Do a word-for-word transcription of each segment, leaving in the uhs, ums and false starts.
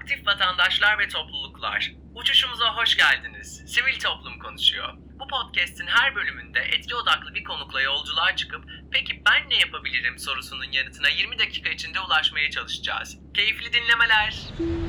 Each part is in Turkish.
Aktif vatandaşlar ve topluluklar, uçuşumuza hoş geldiniz. Sivil Toplum konuşuyor. Bu podcast'in her bölümünde etki odaklı bir konukla yolculuğa çıkıp "Peki ben ne yapabilirim?" sorusunun yanıtına yirmi dakika içinde ulaşmaya çalışacağız. Keyifli dinlemeler.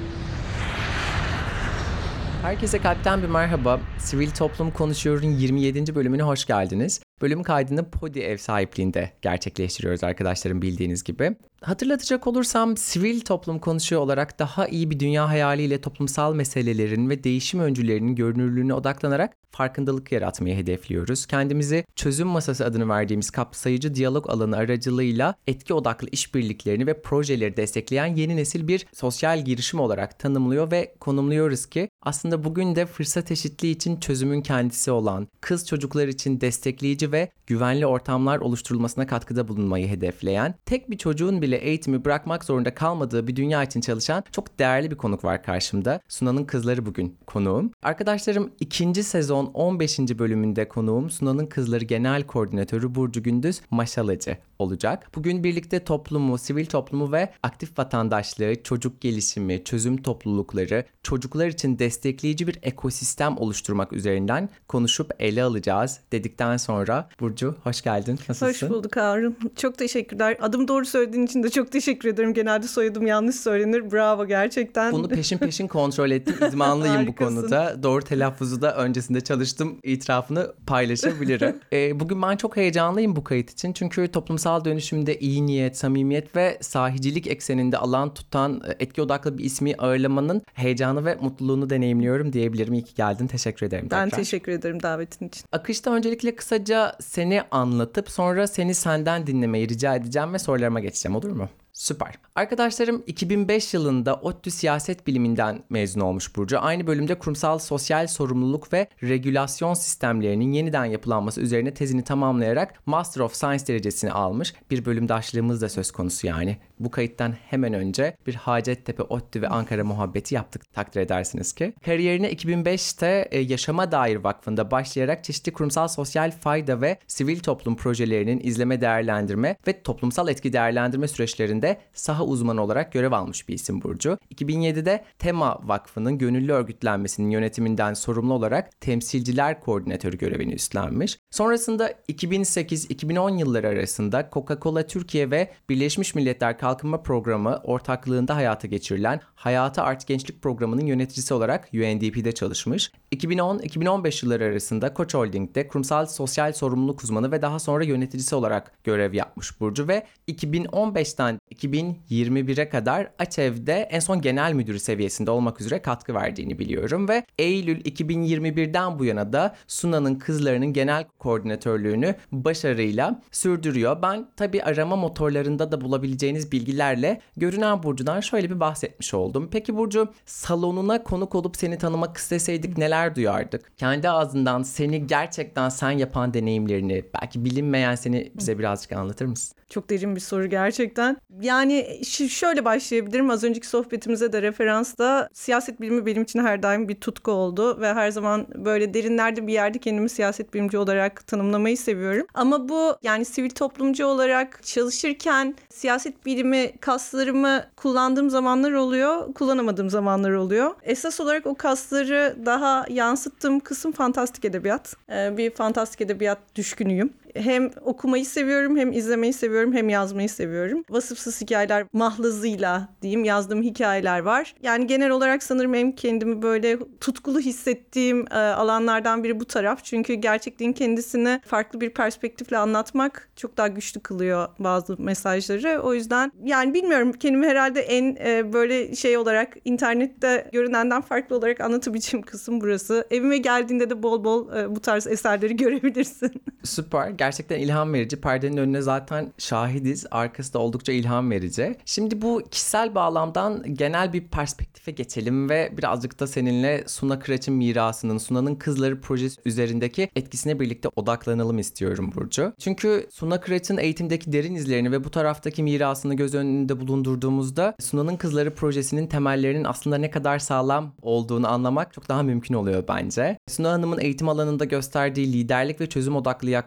Herkese kalpten bir merhaba. Sivil Toplum Konuşuyor'un yirmi yedinci bölümüne hoş geldiniz. Bölüm kaydını Podi ev sahipliğinde gerçekleştiriyoruz arkadaşlarım, bildiğiniz gibi. Hatırlatacak olursam Sivil Toplum Konuşuyor olarak daha iyi bir dünya hayaliyle toplumsal meselelerin ve değişim öncülerinin görünürlüğüne odaklanarak farkındalık yaratmayı hedefliyoruz. Kendimizi çözüm masası adını verdiğimiz kapsayıcı diyalog alanı aracılığıyla etki odaklı işbirliklerini ve projeleri destekleyen yeni nesil bir sosyal girişim olarak tanımlıyor ve konumluyoruz ki aslında bugün de fırsat eşitliği için çözümün kendisi olan, kız çocuklar için destekleyici ve güvenli ortamlar oluşturulmasına katkıda bulunmayı hedefleyen, tek bir çocuğun bile eğitimi bırakmak zorunda kalmadığı bir dünya için çalışan çok değerli bir konuk var karşımda. Sunan'ın Kızları bugün konuğum. Arkadaşlarım, ikinci sezon on beşinci bölümünde konuğum Sunan'ın Kızları Genel Koordinatörü Burcu Gündüz Maşalacı olacak. Bugün birlikte toplumu, sivil toplumu ve aktif vatandaşlığı, çocuk gelişimi, çözüm toplulukları, çocuklar için destekleyici bir ekosistem oluşturmak üzerinden konuşup ele alacağız dedikten sonra Burcu, hoş geldin. Nasılsın? Hoş bulduk Harun. Çok teşekkürler. Adım doğru söylediğin için de çok teşekkür ederim. Genelde soyadım yanlış söylenir. Bravo gerçekten. Bunu peşin peşin kontrol ettim. İdmanlıyım bu konuda. Doğru telaffuzu da öncesinde çalıştım. İtirafını paylaşabilirim. ee, bugün ben çok heyecanlıyım bu kayıt için. Çünkü toplumsal dönüşümde iyi niyet, samimiyet ve sahicilik ekseninde alan tutan etki odaklı bir ismi ağırlamanın heyecanı ve mutluluğunu deneyimliyorum diyebilirim. İyi ki geldin. Teşekkür ederim tekrar. Ben teşekkür ederim davetin için. Akışta öncelikle kısaca seni anlatıp sonra seni senden dinlemeyi rica edeceğim ve sorularıma geçeceğim, olur mu? Süper. Arkadaşlarım, iki bin beş yılında ODTÜ Siyaset Biliminden mezun olmuş Burcu. Aynı bölümde kurumsal sosyal sorumluluk ve regülasyon sistemlerinin yeniden yapılanması üzerine tezini tamamlayarak Master of Science derecesini almış. Bir bölümdaşlığımız da söz konusu yani. Bu kayıttan hemen önce bir Hacettepe, ODTÜ ve Ankara muhabbeti yaptık, takdir edersiniz ki. Kariyerine iki bin beşte Yaşama Dair Vakfı'nda başlayarak çeşitli kurumsal sosyal fayda ve sivil toplum projelerinin izleme, değerlendirme ve toplumsal etki değerlendirme süreçlerinde saha uzmanı olarak görev almış bir isim Burcu. iki bin yedide Tema Vakfı'nın gönüllü örgütlenmesinin yönetiminden sorumlu olarak temsilciler koordinatörü görevini üstlenmiş. Sonrasında iki bin sekiz iki bin on yılları arasında Coca-Cola Türkiye ve Birleşmiş Milletler Kalkınma Programı ortaklığında hayata geçirilen Hayata Art Gençlik Programı'nın yöneticisi olarak U N D P'de çalışmış. iki bin on iki bin on beş yılları arasında Koç Holding'de kurumsal sosyal sorumluluk uzmanı ve daha sonra yöneticisi olarak görev yapmış Burcu ve iki bin on beşten iki bin yirmi bire kadar ΑÇEV'de en son genel müdürü seviyesinde olmak üzere katkı verdiğini biliyorum ve Eylül iki bin yirmi birden bu yana da Sunan'ın Kızları'nın genel koordinatörlüğünü başarıyla sürdürüyor. Ben tabii arama motorlarında da bulabileceğiniz bilgilerle görünen Burcu'dan şöyle bir bahsetmiş oldum. Peki Burcu, salonuna konuk olup seni tanımak isteseydik neler duyardık? Kendi ağzından seni gerçekten sen yapan deneyimlerini, belki bilinmeyen seni bize birazcık anlatır mısın? Çok derin bir soru gerçekten. Yani ş- şöyle başlayabilirim. Az önceki sohbetimize de referansta siyaset bilimi benim için her daim bir tutku oldu. Ve her zaman böyle derinlerde bir yerde kendimi siyaset bilimci olarak tanımlamayı seviyorum. Ama bu yani sivil toplumcu olarak çalışırken siyaset bilimi kaslarımı kullandığım zamanlar oluyor. Kullanamadığım zamanlar oluyor. Esas olarak o kasları daha yansıttığım kısım fantastik edebiyat. Ee, bir fantastik edebiyat düşkünüyüm. Hem okumayı seviyorum, hem izlemeyi seviyorum, hem yazmayı seviyorum. Vasıfsız hikayeler mahlazıyla diyeyim yazdığım hikayeler var. Yani genel olarak sanırım hem kendimi böyle tutkulu hissettiğim e, alanlardan biri bu taraf. Çünkü gerçekliğin kendisini farklı bir perspektifle anlatmak çok daha güçlü kılıyor bazı mesajları. O yüzden yani bilmiyorum, kendimi herhalde en e, böyle şey olarak internette görünenden farklı olarak anlatabileceğim kısım burası. Evime geldiğinde de bol bol e, bu tarz eserleri görebilirsin. Süper. Gerçekten ilham verici. Perdenin önüne zaten şahidiz. Arkası da oldukça ilham verici. Şimdi bu kişisel bağlamdan genel bir perspektife geçelim ve birazcık da seninle Suna Kıraç'ın mirasının, Suna'nın Kızları projesi üzerindeki etkisine birlikte odaklanalım istiyorum Burcu. Çünkü Suna Kıraç'ın eğitimdeki derin izlerini ve bu taraftaki mirasını göz önünde bulundurduğumuzda Suna'nın Kızları projesinin temellerinin aslında ne kadar sağlam olduğunu anlamak çok daha mümkün oluyor bence. Suna Hanım'ın eğitim alanında gösterdiği liderlik ve çözüm odaklı yaklaşımı bu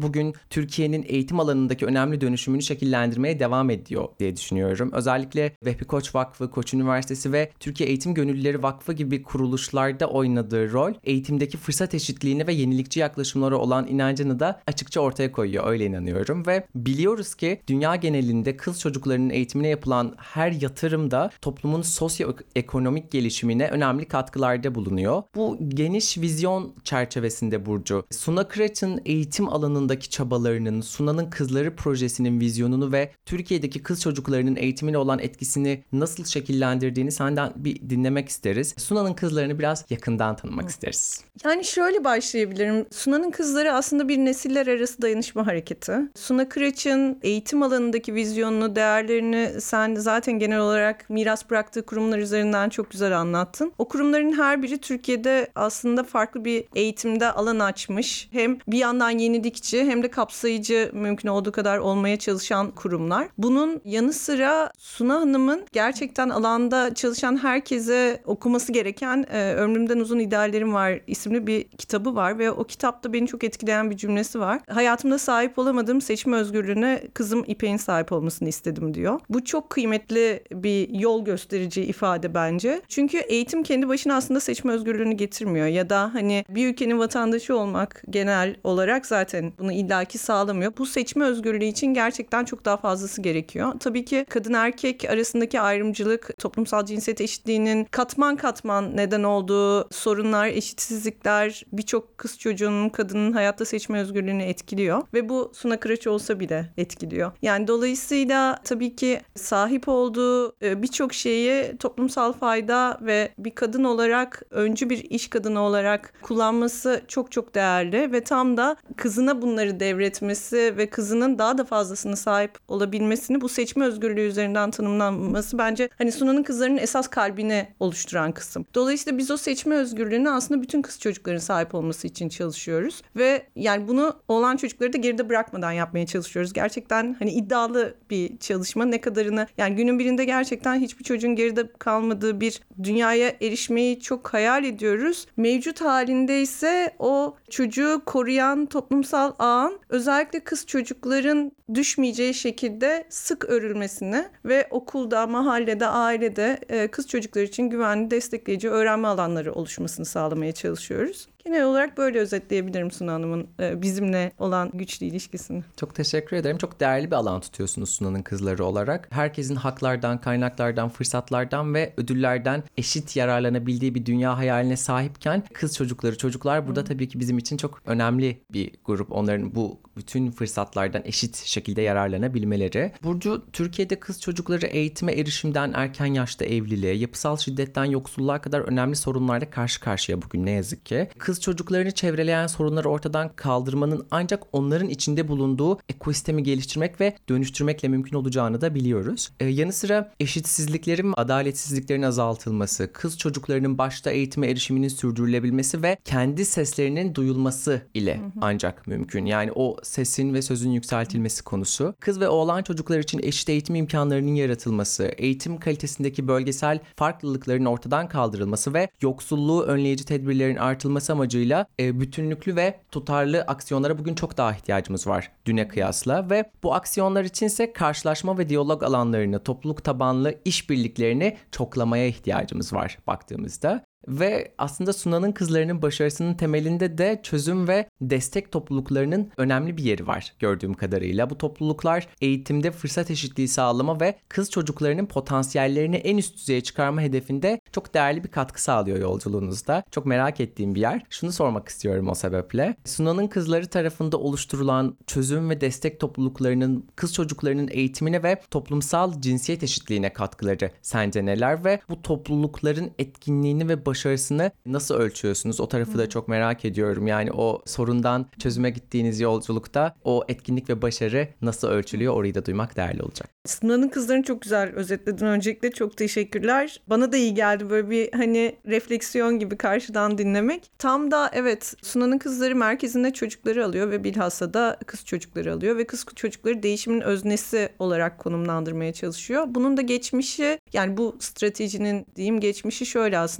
bugün Türkiye'nin eğitim alanındaki önemli dönüşümünü şekillendirmeye devam ediyor diye düşünüyorum. Özellikle Vehbi Koç Vakfı, Koç Üniversitesi ve Türkiye Eğitim Gönüllüleri Vakfı gibi kuruluşlarda oynadığı rol, eğitimdeki fırsat eşitliğini ve yenilikçi yaklaşımlara olan inancını da açıkça ortaya koyuyor. Öyle inanıyorum ve biliyoruz ki dünya genelinde kız çocuklarının eğitimine yapılan her yatırımda toplumun sosyoekonomik gelişimine önemli katkılarda bulunuyor. Bu geniş vizyon çerçevesinde Burcu, Suna Kıraç'ın eğitim alanındaki çabalarının, Suna'nın Kızları projesinin vizyonunu ve Türkiye'deki kız çocuklarının eğitimine olan etkisini nasıl şekillendirdiğini senden bir dinlemek isteriz. Suna'nın Kızlarını biraz yakından tanımak isteriz. Yani şöyle başlayabilirim. Suna'nın Kızları aslında bir nesiller arası dayanışma hareketi. Suna Kıraç'ın eğitim alanındaki vizyonunu, değerlerini sen zaten genel olarak miras bıraktığı kurumlar üzerinden çok güzel anlattın. O kurumların her biri Türkiye'de aslında farklı bir eğitimde alan açmış. Hem bir yandan yenilikçi hem de kapsayıcı, mümkün olduğu kadar olmaya çalışan kurumlar. Bunun yanı sıra Suna Hanım'ın gerçekten alanda çalışan herkese okuması gereken e, Ömrümden Uzun İdeallerim Var isimli bir kitabı var ve o kitapta beni çok etkileyen bir cümlesi var. Hayatımda sahip olamadığım seçme özgürlüğüne kızım İpek'in sahip olmasını istedim diyor. Bu çok kıymetli bir yol gösterici ifade bence. Çünkü eğitim kendi başına aslında seçme özgürlüğünü getirmiyor ya da hani bir ülkenin vatandaşı olmak genel olarak zaten bunu illaki sağlamıyor. Bu seçme özgürlüğü için gerçekten çok daha fazlası gerekiyor. Tabii ki kadın erkek arasındaki ayrımcılık, toplumsal cinsiyet eşitliğinin katman katman neden olduğu sorunlar, eşitsizlikler birçok kız çocuğunun, kadının hayatta seçme özgürlüğünü etkiliyor ve bu Suna Kıraç olsa bile etkiliyor. Yani dolayısıyla tabii ki sahip olduğu birçok şeyi toplumsal fayda ve bir kadın olarak, öncü bir iş kadını olarak kullanması çok çok değerli ve tam da kızına bunları devretmesi ve kızının daha da fazlasını sahip olabilmesini bu seçme özgürlüğü üzerinden tanımlanması bence hani Suna'nın Kızlarının esas kalbini oluşturan kısım. Dolayısıyla biz o seçme özgürlüğüne aslında bütün kız çocukların sahip olması için çalışıyoruz ve yani bunu oğlan çocukları da geride bırakmadan yapmaya çalışıyoruz. Gerçekten hani iddialı bir çalışma. Ne kadarını yani günün birinde gerçekten hiçbir çocuğun geride kalmadığı bir dünyaya erişmeyi çok hayal ediyoruz. Mevcut halinde ise o çocuğu koruyan toplumsal ağın özellikle kız çocukların düşmeyeceği şekilde sık örülmesini ve okulda, mahallede, ailede kız çocuklar için güvenli, destekleyici öğrenme alanları oluşmasını sağlamaya çalışıyoruz. Genel olarak böyle özetleyebilirim Suna Hanım'ın bizimle olan güçlü ilişkisini. Çok teşekkür ederim. Çok değerli bir alan tutuyorsunuz Suna'nın Kızları olarak. Herkesin haklardan, kaynaklardan, fırsatlardan ve ödüllerden eşit yararlanabildiği bir dünya hayaline sahipken kız çocukları, çocuklar burada tabii ki bizim için çok önemli bir grup. Onların bu bütün fırsatlardan eşit şekilde yararlanabilmeleri. Burcu, Türkiye'de kız çocukları eğitime erişimden erken yaşta evliliğe, yapısal şiddetten yoksulluğa kadar önemli sorunlarla karşı karşıya bugün ne yazık ki. Kız çocuklarını çevreleyen sorunları ortadan kaldırmanın ancak onların içinde bulunduğu ekosistemi geliştirmek ve dönüştürmekle mümkün olacağını da biliyoruz. Ee, yanı sıra eşitsizliklerin, adaletsizliklerin azaltılması, kız çocuklarının başta eğitime erişiminin sürdürülebilmesi ve kendi seslerinin duyulması ile ancak mümkün. Yani o sesin ve sözün yükseltilmesi konusu. Kız ve oğlan çocuklar için eşit eğitim imkanlarının yaratılması, eğitim kalitesindeki bölgesel farklılıkların ortadan kaldırılması ve yoksulluğu önleyici tedbirlerin artırılması amacıyla e, bütünlüklü ve tutarlı aksiyonlara bugün çok daha ihtiyacımız var düne kıyasla ve bu aksiyonlar içinse karşılaşma ve diyalog alanlarını, topluluk tabanlı işbirliklerini çoklamaya ihtiyacımız var baktığımızda. Ve aslında Suna'nın Kızlarının başarısının temelinde de çözüm ve destek topluluklarının önemli bir yeri var gördüğüm kadarıyla. Bu topluluklar eğitimde fırsat eşitliği sağlama ve kız çocuklarının potansiyellerini en üst düzeye çıkarma hedefinde çok değerli bir katkı sağlıyor yolculuğunuzda. Çok merak ettiğim bir yer. Şunu sormak istiyorum o sebeple. Suna'nın Kızları tarafında oluşturulan çözüm ve destek topluluklarının kız çocuklarının eğitimine ve toplumsal cinsiyet eşitliğine katkıları sence neler ve bu toplulukların etkinliğini ve başarısını nasıl ölçüyorsunuz? O tarafı da çok merak ediyorum. Yani o sorundan çözüme gittiğiniz yolculukta o etkinlik ve başarı nasıl ölçülüyor? Orayı da duymak değerli olacak. Suna'nın Kızlarını çok güzel özetledin. Öncelikle çok teşekkürler. Bana da iyi geldi böyle bir hani refleksiyon gibi karşıdan dinlemek. Tam da evet, Suna'nın Kızları merkezinde çocukları alıyor ve bilhassa da kız çocukları alıyor ve kız çocukları değişimin öznesi olarak konumlandırmaya çalışıyor. Bunun da geçmişi, yani bu stratejinin diyeyim geçmişi şöyle aslında. Suna'nın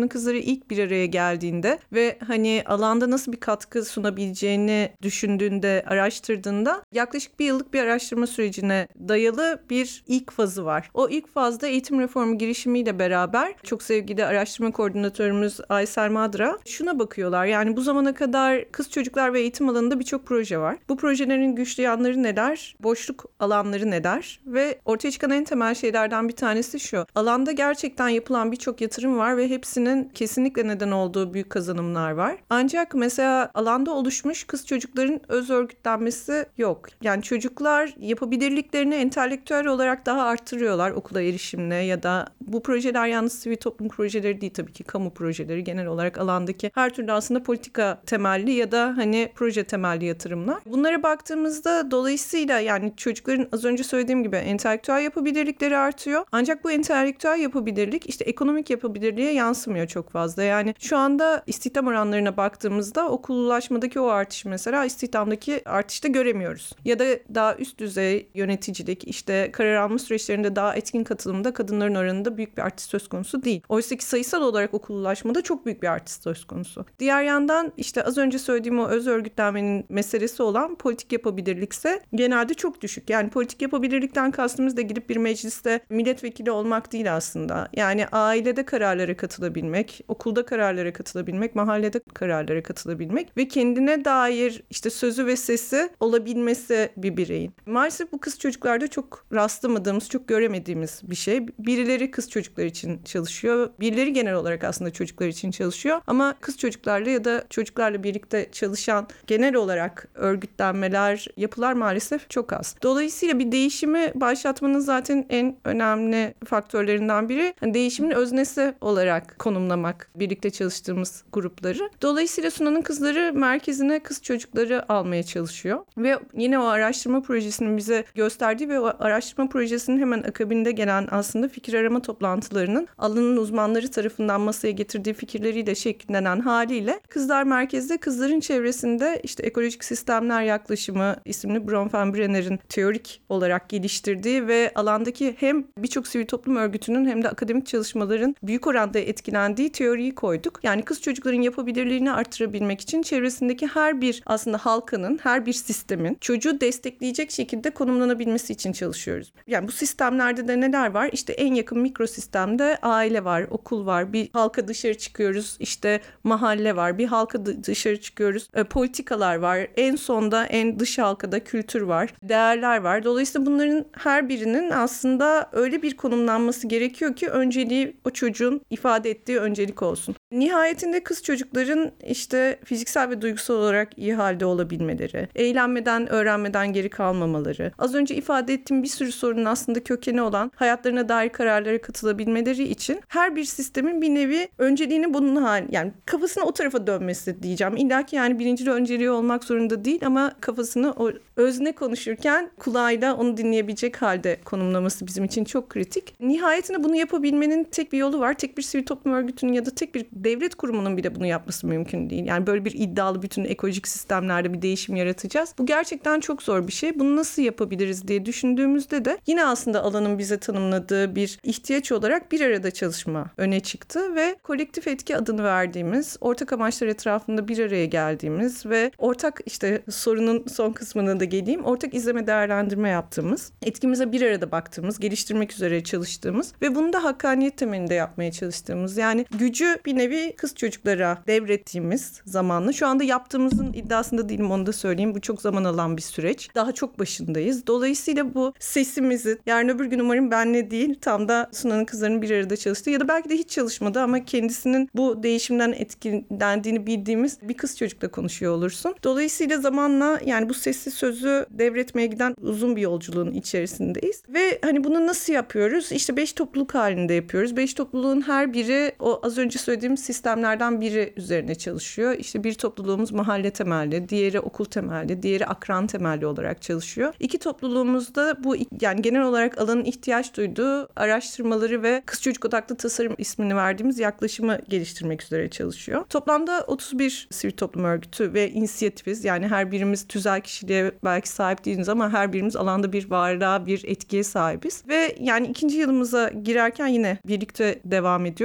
Sunan'ın kızları ilk bir araya geldiğinde ve hani alanda nasıl bir katkı sunabileceğini düşündüğünde, araştırdığında yaklaşık bir yıllık bir araştırma sürecine dayalı bir ilk fazı var. O ilk fazda eğitim reformu girişimiyle beraber çok sevgili araştırma koordinatörümüz Aysel Madra şuna bakıyorlar. Yani bu zamana kadar kız çocuklar ve eğitim alanında birçok proje var. Bu projelerin güçlü yanları neler? Boşluk alanları neler? Ve ortaya çıkan en temel şeylerden bir tanesi şu. Alanda gerçekten yapılan birçok yatırım var ve hepsinin kesinlikle neden olduğu büyük kazanımlar var. Ancak mesela alanda oluşmuş kız çocukların öz örgütlenmesi yok. Yani çocuklar yapabilirliklerini entelektüel olarak daha arttırıyorlar okula erişimle ya da bu projeler yalnız sivil toplum projeleri değil, tabii ki kamu projeleri, genel olarak alandaki her türlü aslında politika temelli ya da hani proje temelli yatırımlar. Bunlara baktığımızda dolayısıyla yani çocukların az önce söylediğim gibi entelektüel yapabilirlikleri artıyor. Ancak bu entelektüel yapabilirlik işte ekonomik yapabilirliğe yansımıyor çok fazla. Yani şu anda istihdam oranlarına baktığımızda okullaşmadaki o artış mesela istihdamdaki artışta göremiyoruz. Ya da daha üst düzey yöneticilik, işte karar alma süreçlerinde daha etkin katılımda kadınların oranında büyük bir artış söz konusu değil. Oysa ki sayısal olarak okullaşmada çok büyük bir artış söz konusu. Diğer yandan işte az önce söylediğim o öz örgütlenmenin meselesi olan politik yapabilirlikse genelde çok düşük. Yani politik yapabilirlikten kastımız da gidip bir mecliste milletvekili olmak değil aslında. Yani ailede kararlara katılabilmek, okulda kararlara katılabilmek, mahallede kararlara katılabilmek ve kendine dair işte sözü ve sesi olabilmesi bir bireyin. Maalesef bu kız çocuklarda çok rastlamadığımız, çok göremediğimiz bir şey. Birileri kız çocuklar için çalışıyor, birileri genel olarak aslında çocuklar için çalışıyor ama kız çocuklarla ya da çocuklarla birlikte çalışan genel olarak örgütlenmeler, yapılar maalesef çok az. Dolayısıyla bir değişimi başlatmanın zaten en önemli faktörlerinden biri hani değişimin öznesi olarak konumlamak birlikte çalıştığımız grupları. Dolayısıyla Sunan'ın kızları merkezine kız çocukları almaya çalışıyor ve yine o araştırma projesinin bize gösterdiği ve o araştırma projesinin hemen akabinde gelen aslında fikir arama toplantılarının alanın uzmanları tarafından masaya getirdiği fikirleriyle şekillenen haliyle Kızlar Merkez'de kızların çevresinde işte ekolojik sistemler yaklaşımı isimli Bronfenbrenner'in teorik olarak geliştirdiği ve alandaki hem birçok sivil toplum örgütünün hem de akademik çalışmaların büyük oranda etkilendiği teoriyi koyduk. Yani kız çocukların yapabilirliğini artırabilmek için çevresindeki her bir aslında halkanın, her bir sistemin çocuğu destekleyecek şekilde konumlanabilmesi için çalışıyoruz. Yani bu sistemlerde de neler var? İşte en yakın mikro sistemde aile var, okul var, bir halka dışarı çıkıyoruz, işte mahalle var, bir halka dışarı çıkıyoruz, e, politikalar var, en sonda en dış halkada kültür var, değerler var. Dolayısıyla bunların her birinin aslında öyle bir konumlanması gerekiyor ki önceliği o çocuğun ifade ettiği öncelik olsun. Nihayetinde kız çocukların işte fiziksel ve duygusal olarak iyi halde olabilmeleri, eğlenmeden, öğrenmeden geri kalmamaları, az önce ifade ettiğim bir sürü sorunun aslında kökeni olan hayatlarına dair kararlara katılabilmeleri için her bir sistemin bir nevi önceliğini bunun hali, yani kafasına o tarafa dönmesi diyeceğim. İlla ki yani birincil önceliği olmak zorunda değil ama kafasını o özne konuşurken kulağıyla onu dinleyebilecek halde konumlaması bizim için çok kritik. Nihayetinde bunu yapabilmenin tek bir yolu var. Tek bir sivil toplum örgütünün ya da tek bir devlet kurumunun bile bunu yapması mümkün değil. Yani böyle bir iddialı bütün ekolojik sistemlerde bir değişim yaratacağız. Bu gerçekten çok zor bir şey. Bunu nasıl yapabiliriz diye düşündüğümüzde de yine aslında alanın bize tanımladığı bir ihtiyaç olarak bir arada çalışma öne çıktı ve kolektif etki adını verdiğimiz, ortak amaçlar etrafında bir araya geldiğimiz ve ortak işte sorunun son kısmına da geleyim, ortak izleme değerlendirme yaptığımız, etkimize bir arada baktığımız, geliştirmek üzere çalıştığımız ve bunu da hakkaniyet temelinde yapmaya çalıştığımız, yani gücü bir nevi kız çocuklara devrettiğimiz zamanla, şu anda yaptığımızın iddiasında değilim, onu da söyleyeyim. Bu çok zaman alan bir süreç. Daha çok başındayız. Dolayısıyla bu sesimizi yarın öbür gün umarım benle değil, tam da Sunan'ın kızlarının bir arada çalıştığı ya da belki de hiç çalışmadı ama kendisinin bu değişimden etkilendiğini bildiğimiz bir kız çocukla konuşuyor olursun. Dolayısıyla zamanla yani bu sessiz sözü devretmeye giden uzun bir yolculuğun içerisindeyiz. Ve hani bunu nasıl yapıyoruz? İşte beş topluluk halinde yapıyoruz. Beş topluluğun her biri o az önce söylediğim sistemlerden biri üzerine çalışıyor. İşte bir topluluğumuz mahalle temelli, diğeri okul temelli, diğeri akran temelli olarak çalışıyor. İki topluluğumuzda bu yani genel olarak alanın ihtiyaç duyduğu araştırmaları ve kız çocuk odaklı tasarım ismini verdiğimiz yaklaşımı geliştirmek üzere çalışıyor. Toplamda otuz bir sivil toplum örgütü ve inisiyatifiz. Yani her birimiz tüzel kişiliğe belki sahip değiliz ama her birimiz alanda bir varlığa, bir etkiye sahibiz. Ve yani ikinci yılımıza girerken yine birlikte devam ediyoruz. Bu süreç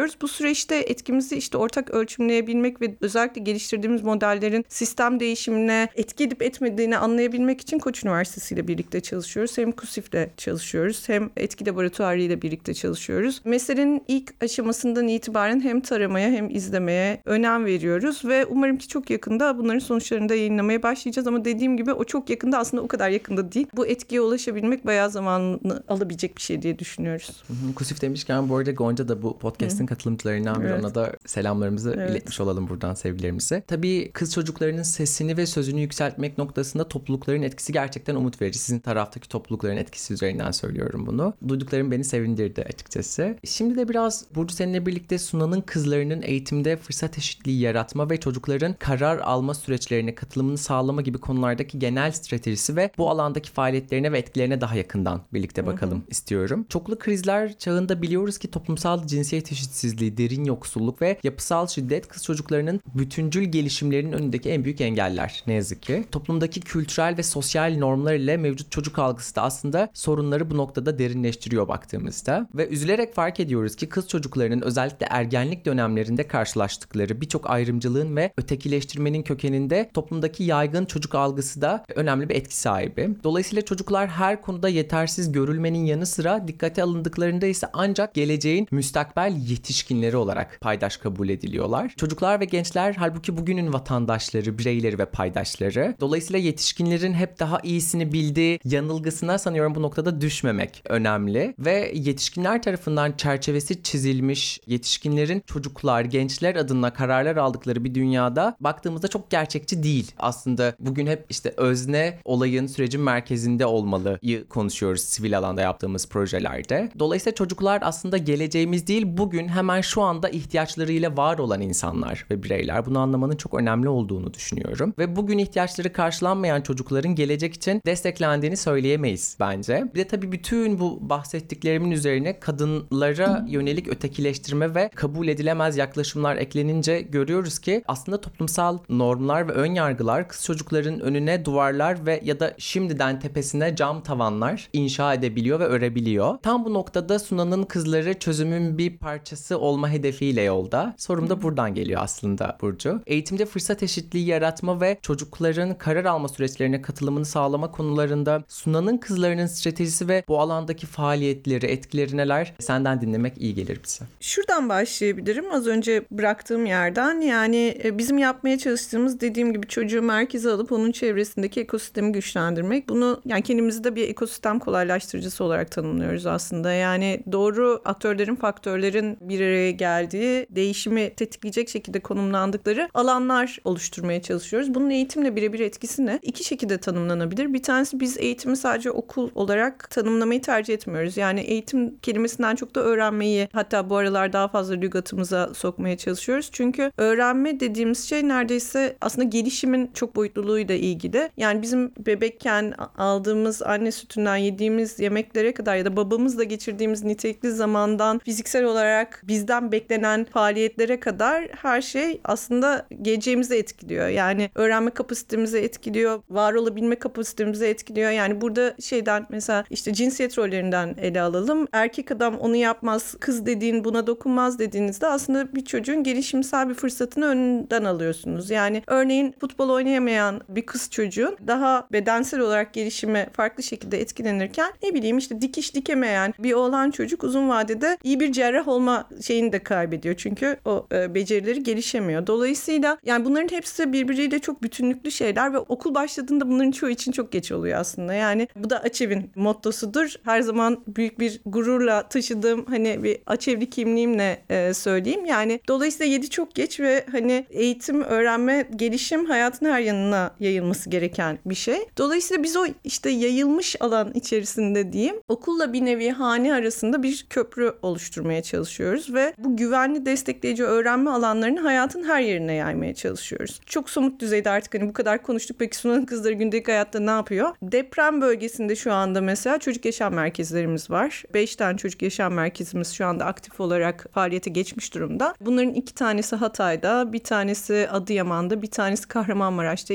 süreçte etkimizi işte ortak ölçümleyebilmek ve özellikle geliştirdiğimiz modellerin sistem değişimine etki edip etmediğini anlayabilmek için Koç Üniversitesi ile birlikte çalışıyoruz. Hem KUSİF'le çalışıyoruz hem etki laboratuvarı ile birlikte çalışıyoruz. Meselenin ilk aşamasından itibaren hem taramaya hem izlemeye önem veriyoruz ve umarım ki çok yakında bunların sonuçlarını da yayınlamaya başlayacağız ama dediğim gibi o çok yakında aslında o kadar yakında değil. Bu etkiye ulaşabilmek bayağı zamanını alabilecek bir şey diye düşünüyoruz. KUSİF demişken bu arada Gonca da bu podcast'in katılımcılarından biri. Evet. Ona da selamlarımızı Evet. iletmiş olalım buradan, sevgilerimizi. Tabii kız çocuklarının sesini ve sözünü yükseltmek noktasında toplulukların etkisi gerçekten umut verici. Sizin taraftaki toplulukların etkisi üzerinden söylüyorum bunu. Duyduklarım beni sevindirdi açıkçası. Şimdi de biraz Burcu seninle birlikte Sunan'ın kızlarının eğitimde fırsat eşitliği yaratma ve çocukların karar alma süreçlerine katılımını sağlama gibi konulardaki genel stratejisi ve bu alandaki faaliyetlerine ve etkilerine daha yakından birlikte bakalım hı hı. istiyorum. Çoklu krizler çağında biliyoruz ki toplumsal cinsiyet eşitsizliği, derin yoksulluk ve yapısal şiddet kız çocuklarının bütüncül gelişimlerinin önündeki en büyük engeller ne yazık ki. Toplumdaki kültürel ve sosyal normlar ile mevcut çocuk algısı da aslında sorunları bu noktada derinleştiriyor baktığımızda ve üzülerek fark ediyoruz ki kız çocuklarının özellikle ergenlik dönemlerinde karşılaştıkları birçok ayrımcılığın ve ötekileştirmenin kökeninde toplumdaki yaygın çocuk algısı da önemli bir etki sahibi. Dolayısıyla çocuklar her konuda yetersiz görülmenin yanı sıra dikkate alındıklarında ise ancak geleceğin müstakbel yetişkinleri olarak paydaş kabul ediliyorlar. Çocuklar ve gençler halbuki bugünün vatandaşları, bireyleri ve paydaşları. Dolayısıyla yetişkinlerin hep daha iyisini bildiği yanılgısına sanıyorum bu noktada düşmemek önemli ve yetişkinler tarafından çerçevesi çizilmiş yetişkinlerin çocuklar, gençler adına kararlar aldıkları bir dünyada baktığımızda çok gerçekçi değil. Aslında bugün hep işte özne olayın sürecin merkezinde olmalıyı konuşuyoruz sivil alanda yaptığımız projelerde. Dolayısıyla çocuklar aslında geleceğimiz değil, bugün hemen şu anda ihtiyaçlarıyla var olan insanlar ve bireyler. Bunu anlamanın çok önemli olduğunu düşünüyorum. Ve bugün ihtiyaçları karşılanmayan çocukların gelecek için desteklendiğini söyleyemeyiz bence. Bir de tabii bütün bu bahsettiklerimin üzerine kadınlara yönelik ötekileştirme ve kabul edilemez yaklaşımlar eklenince görüyoruz ki aslında toplumsal normlar ve ön yargılar kız çocukların önüne duvarlar ve ya da şimdiden tepesine cam tavanlar inşa edebiliyor ve örebiliyor. Tam bu noktada Sunan'ın kızları çözümün bir parçası olma hedefiyle yolda. Sorum da buradan geliyor aslında Burcu. Eğitimde fırsat eşitliği yaratma ve çocukların karar alma süreçlerine katılımını sağlama konularında Sunan'ın kızlarının stratejisi ve bu alandaki faaliyetleri, etkileri neler? Senden dinlemek iyi gelir bize. Şuradan başlayabilirim. Az önce bıraktığım yerden. Yani bizim yapmaya çalıştığımız, dediğim gibi, çocuğu merkeze alıp onun çevresindeki ekosistemi güçlendirmek. Bunu yani kendimizi de bir ekosistem kolaylaştırıcısı olarak tanımlıyoruz aslında. Yani doğru aktörlerin, faktörlerin bir araya geldiği, değişimi tetikleyecek şekilde konumlandıkları alanlar oluşturmaya çalışıyoruz. Bunun eğitimle birebir etkisi ne? İki şekilde tanımlanabilir. Bir tanesi, biz eğitimi sadece okul olarak tanımlamayı tercih etmiyoruz. Yani eğitim kelimesinden çok da öğrenmeyi, hatta bu aralar daha fazla lügatımıza sokmaya çalışıyoruz. Çünkü öğrenme dediğimiz şey neredeyse aslında gelişimin çok boyutluluğuyla ilgili. Yani bizim bebekken aldığımız anne sütünden yediğimiz yemeklere kadar ya da babamızla geçirdiğimiz nitelikli zamandan fiziksel olarak bizden beklenen faaliyetlere kadar her şey aslında geleceğimizi etkiliyor. Yani öğrenme kapasitemizi etkiliyor, var olabilme kapasitemizi etkiliyor. Yani burada şeyden, mesela işte cinsiyet rollerinden ele alalım. Erkek adam onu yapmaz, kız dediğin buna dokunmaz dediğinizde aslında bir çocuğun gelişimsel bir fırsatını önünden alıyorsunuz. Yani örneğin futbol oynayamayan bir kız çocuğun daha bedensel olarak gelişimi farklı şekilde etkilenirken, ne bileyim işte dikiş dikemeyen bir oğlan çocuk uzun vadede iyi bir cerrah olma şeyini de kaybediyor. Çünkü o e, becerileri gelişemiyor. Dolayısıyla yani bunların hepsi birbiriyle çok bütünlüklü şeyler ve okul başladığında bunların çoğu için çok geç oluyor aslında. Yani bu da Açev'in mottosudur. Her zaman büyük bir gururla taşıdığım hani bir Açevli kimliğimle e, söyleyeyim. Yani dolayısıyla yedi çok geç ve hani eğitim, öğrenme, gelişim hayatın her yanına yayılması gereken bir şey. Dolayısıyla biz o işte yayılmış alan içerisinde diyeyim, okulla bir nevi hane arasında bir köprü oluşturmaya çalışıyoruz ve bu güvenli, destekleyici öğrenme alanlarını hayatın her yerine yaymaya çalışıyoruz. Çok somut düzeyde artık hani bu kadar konuştuk. Peki Sunan'ın kızları gündelik hayatta ne yapıyor? Deprem bölgesinde şu anda mesela çocuk yaşam merkezlerimiz var. Beş tane çocuk yaşam merkezimiz şu anda aktif olarak faaliyete geçmiş durumda. Bunların iki tanesi Hatay'da, bir tanesi Adıyaman'da, bir tanesi Kahramanmaraş'ta. İlk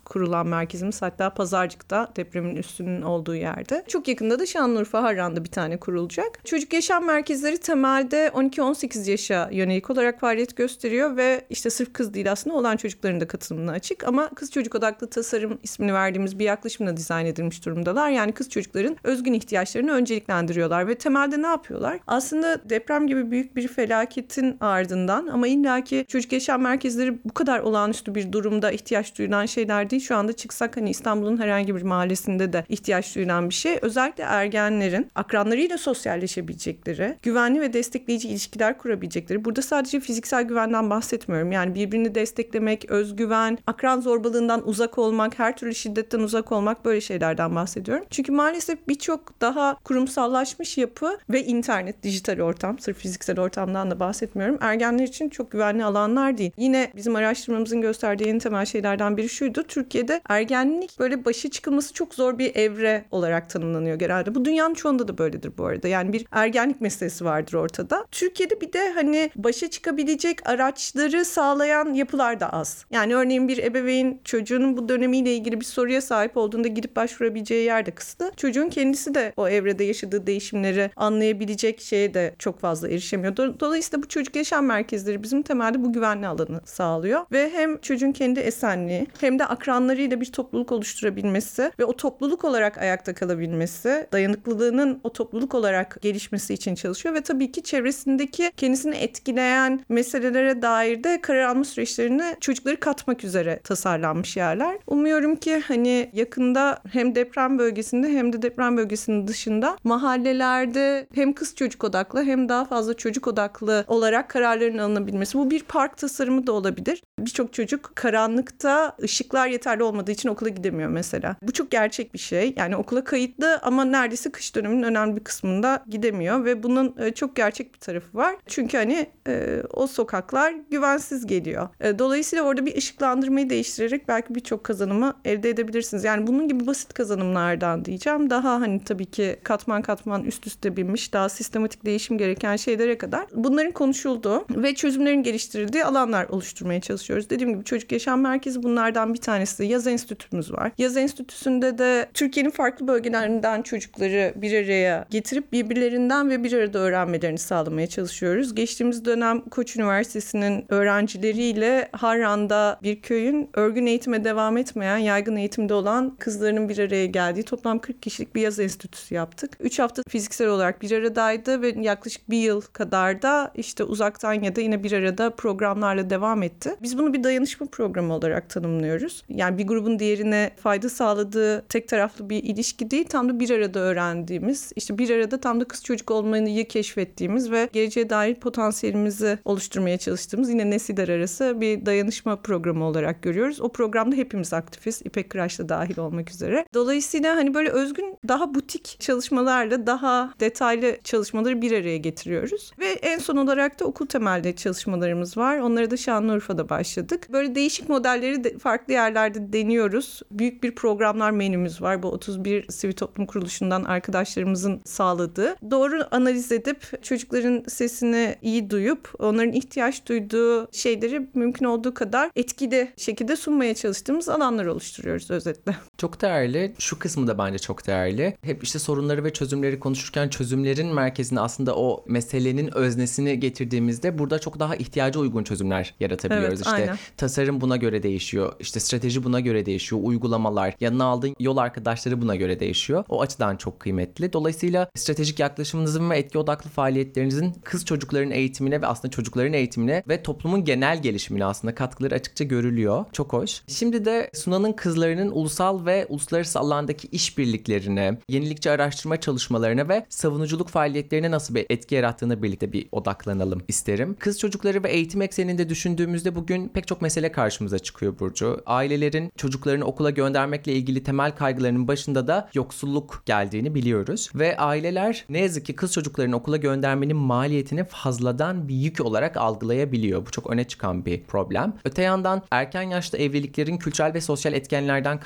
kurulan merkezimiz. Hatta Pazarcık'ta, depremin üstünün olduğu yerde. Çok yakında da Şanlıurfa Harran'da bir tane kurulacak. Çocuk yaşam merkezleri temelde on iki on sekiz yaşa yönelik olarak faaliyet gösteriyor ve işte sırf kız değil aslında olan çocukların da katılımına açık. Ama kız çocuk odaklı tasarım ismini verdiğimiz bir yaklaşımla dizayn edilmiş durumdalar. Yani kız çocukların özgün ihtiyaçlarını önceliklendiriyorlar ve temelde ne yapıyorlar? Aslında deprem gibi büyük bir felaketin ardından ama illaki çocuk yaşam merkezleri bu kadar olağanüstü bir durumda ihtiyaç duyulan şeyler değil. Şu anda çıksak hani İstanbul'un herhangi bir mahallesinde de ihtiyaç duyulan bir şey. Özellikle ergenlerin akranlarıyla sosyalleşebilecekleri, güvenli ve destekleyici ilişkiler kurabilecekleri. Burada sadece fiziksel güvenden bahsetmiyorum. Yani birbirini desteklemek, özgüven, akran zorbalığından uzak olmak, her türlü şiddetten uzak olmak, böyle şeylerden bahsediyorum. Çünkü maalesef birçok daha kurumsallaşmış yapı ve internet, dijital ortam, sırf fiziksel ortamdan da bahsetmiyorum, ergenler için çok güvenli alanlar değil. Yine bizim araştırmamızın gösterdiği en temel şeylerden biri şuydu. Türkiye'de ergenlik böyle başa çıkılması çok zor bir evre olarak tanımlanıyor genelde. Bu dünyanın çoğunda da böyledir bu arada. Yani bir ergenlik meselesi vardır ortada. Türkiye'de bir de hani başa çıkabilecek araçları sağlayan yapılar da az. Yani örneğin bir ebeveyn çocuğunun bu dönemiyle ilgili bir soruya sahip olduğunda gidip başvurabileceği yer de kısıtlı. Çocuğun kendisi de o evrede yaşadığı değişimleri anlayabilecek şeye de çok fazla erişemiyor. Dolayısıyla bu çocuk yaşam merkezleri bizim temelde bu güvenli alanı sağlıyor. Ve hem çocuğun kendi esenliği hem de akranlarıyla bir topluluk oluşturabilmesi ve o topluluk olarak ayakta kalabilmesi, dayanıklılığının o topluluk olarak gelişmesi için çalışıyor ve tabii ki çevresindeki kendisini etkileyen meselelere dair de karar alma süreçlerine çocukları katmak üzere tasarlanmış yerler. Umuyorum ki hani yakında hem deprem bölgesinde hem de deprem bölgesinin dışında mahallelerde hem kız çocuk odaklı hem daha fazla çocuk odaklı olarak kararların alınabilmesi. Bu bir park tasarımı da olabilir. Birçok çocuk karanlıkta ışıklar yeterli olmadığı için okula gidemiyor mesela. Bu çok gerçek bir şey. Yani okula kayıtlı ama neredeyse kış döneminin önemli bir kısmında gidemiyor ve bunun çok gerçek bir tarafı var. Çünkü hani e, o sokaklar güvensiz geliyor. E, dolayısıyla orada bir ışıklandırmayı değiştirerek belki birçok kazanımı elde edebilirsiniz. Yani bunun gibi basit kazanımlardan diyeceğim. Daha hani tabii ki katman katman üst üste binmiş, daha sistematik değişim gereken şeylere kadar bunların konuşulduğu ve çözümlerin geliştirildiği alanlar oluşturmaya çalışıyoruz. Dediğim gibi çocuk yaşam merkezi bunlardan bir tanesi. Yaz Enstitümüz var. Yaz Enstitüsü'nde de Türkiye'nin farklı bölgelerinden çocukları bir araya getirip birbirlerinden ve bir arada öğrenmelerini sağlamaya çalışıyoruz. Geçtiğimiz dönem Koç Üniversitesi'nin öğrencileriyle Harran'da bir köyün örgün eğitime devam etmeyen, yaygın eğitimde olan kızlarının bir araya geldiği toplam kırk kişilik bir yaz enstitüsü yaptık. üç hafta fiziksel olarak bir aradaydı ve yaklaşık bir yıl kadar da işte uzaktan ya da yine bir arada programlarla devam etti. Biz bunu bir dayanışma programı olarak tanımlıyoruz. Yani bir grubun diğerine fayda sağladığı tek taraflı bir ilişki değil, tam da bir arada öğrendiğimiz, işte bir arada tam da kız çocuk olmayı keşfettiğimiz ve geleceğe dair potansiyelimizi oluşturmaya çalıştığımız yine nesiller arası bir dayanışma programı olarak görüyoruz. O programda hepimiz aktifiz. İpek Kıraç da dahil olmak üzere. Dolayısıyla hani böyle özgün, daha butik çalışmalarla daha detaylı çalışmaları bir araya getiriyoruz. Ve en son olarak da okul temelli çalışmalarımız var. Onları da Şanlıurfa'da başladık. Böyle değişik modelleri de farklı yerlerde deniyoruz. Büyük bir programlar menümüz var. Bu otuz bir Sivil Toplum Kuruluşu'ndan arkadaşlarımızın sağladığı. Doğru analiz edip çocukların sesini iyi duyup onların ihtiyaç duyduğu şeyleri mümkün olduğu kadar etkili şekilde sunmaya çalıştığımız alanlar oluşturuyoruz özetle. Çok değerli. Şu kısmı da bence çok değerli. Hep işte sorunları ve çözümleri konuşurken çözümlerin merkezine aslında o meselenin öznesini getirdiğimizde burada çok daha ihtiyaca uygun çözümler yaratabiliyoruz. Evet, işte aynen. tasarım buna göre değişiyor. İşte strateji buna göre değişiyor. Uygulamalar, yanına aldığın yol arkadaşları buna göre değişiyor. O açıdan çok kıymetli. Dolayısıyla stratejik yaklaşımınızın ve etki odaklı faaliyetlerinizin kız çocukların eğitimine ve aslında çocukların eğitimine ve toplumun genel gelişimine aslında katkıları açıkça görülüyor. Çok hoş. Şimdi de Suna'nın kızlarının ulusal ve uluslararası alandaki işbirliklerine, yenilikçi araştırma çalışmalarına ve savunuculuk faaliyetlerine nasıl bir etki yarattığına birlikte bir odaklanalım isterim. Kız çocukları ve eğitim ekseninde düşündüğümüzde bugün pek çok mesele karşımıza çıkıyor Burcu. Ailelerin çocuklarını okula göndermekle ilgili temel kaygılarının başında da yoksulluk geldiğini biliyoruz. Ve aileler ne yazık ki kız çocuklarını okula göndermenin maliyetini fazladan bir yük olarak algılayabiliyor. Bu çok öne çıkan bir problem. Öte yandan erken yaşta evliliklerin kültürel ve sosyal etkenlerden kaynaklandığı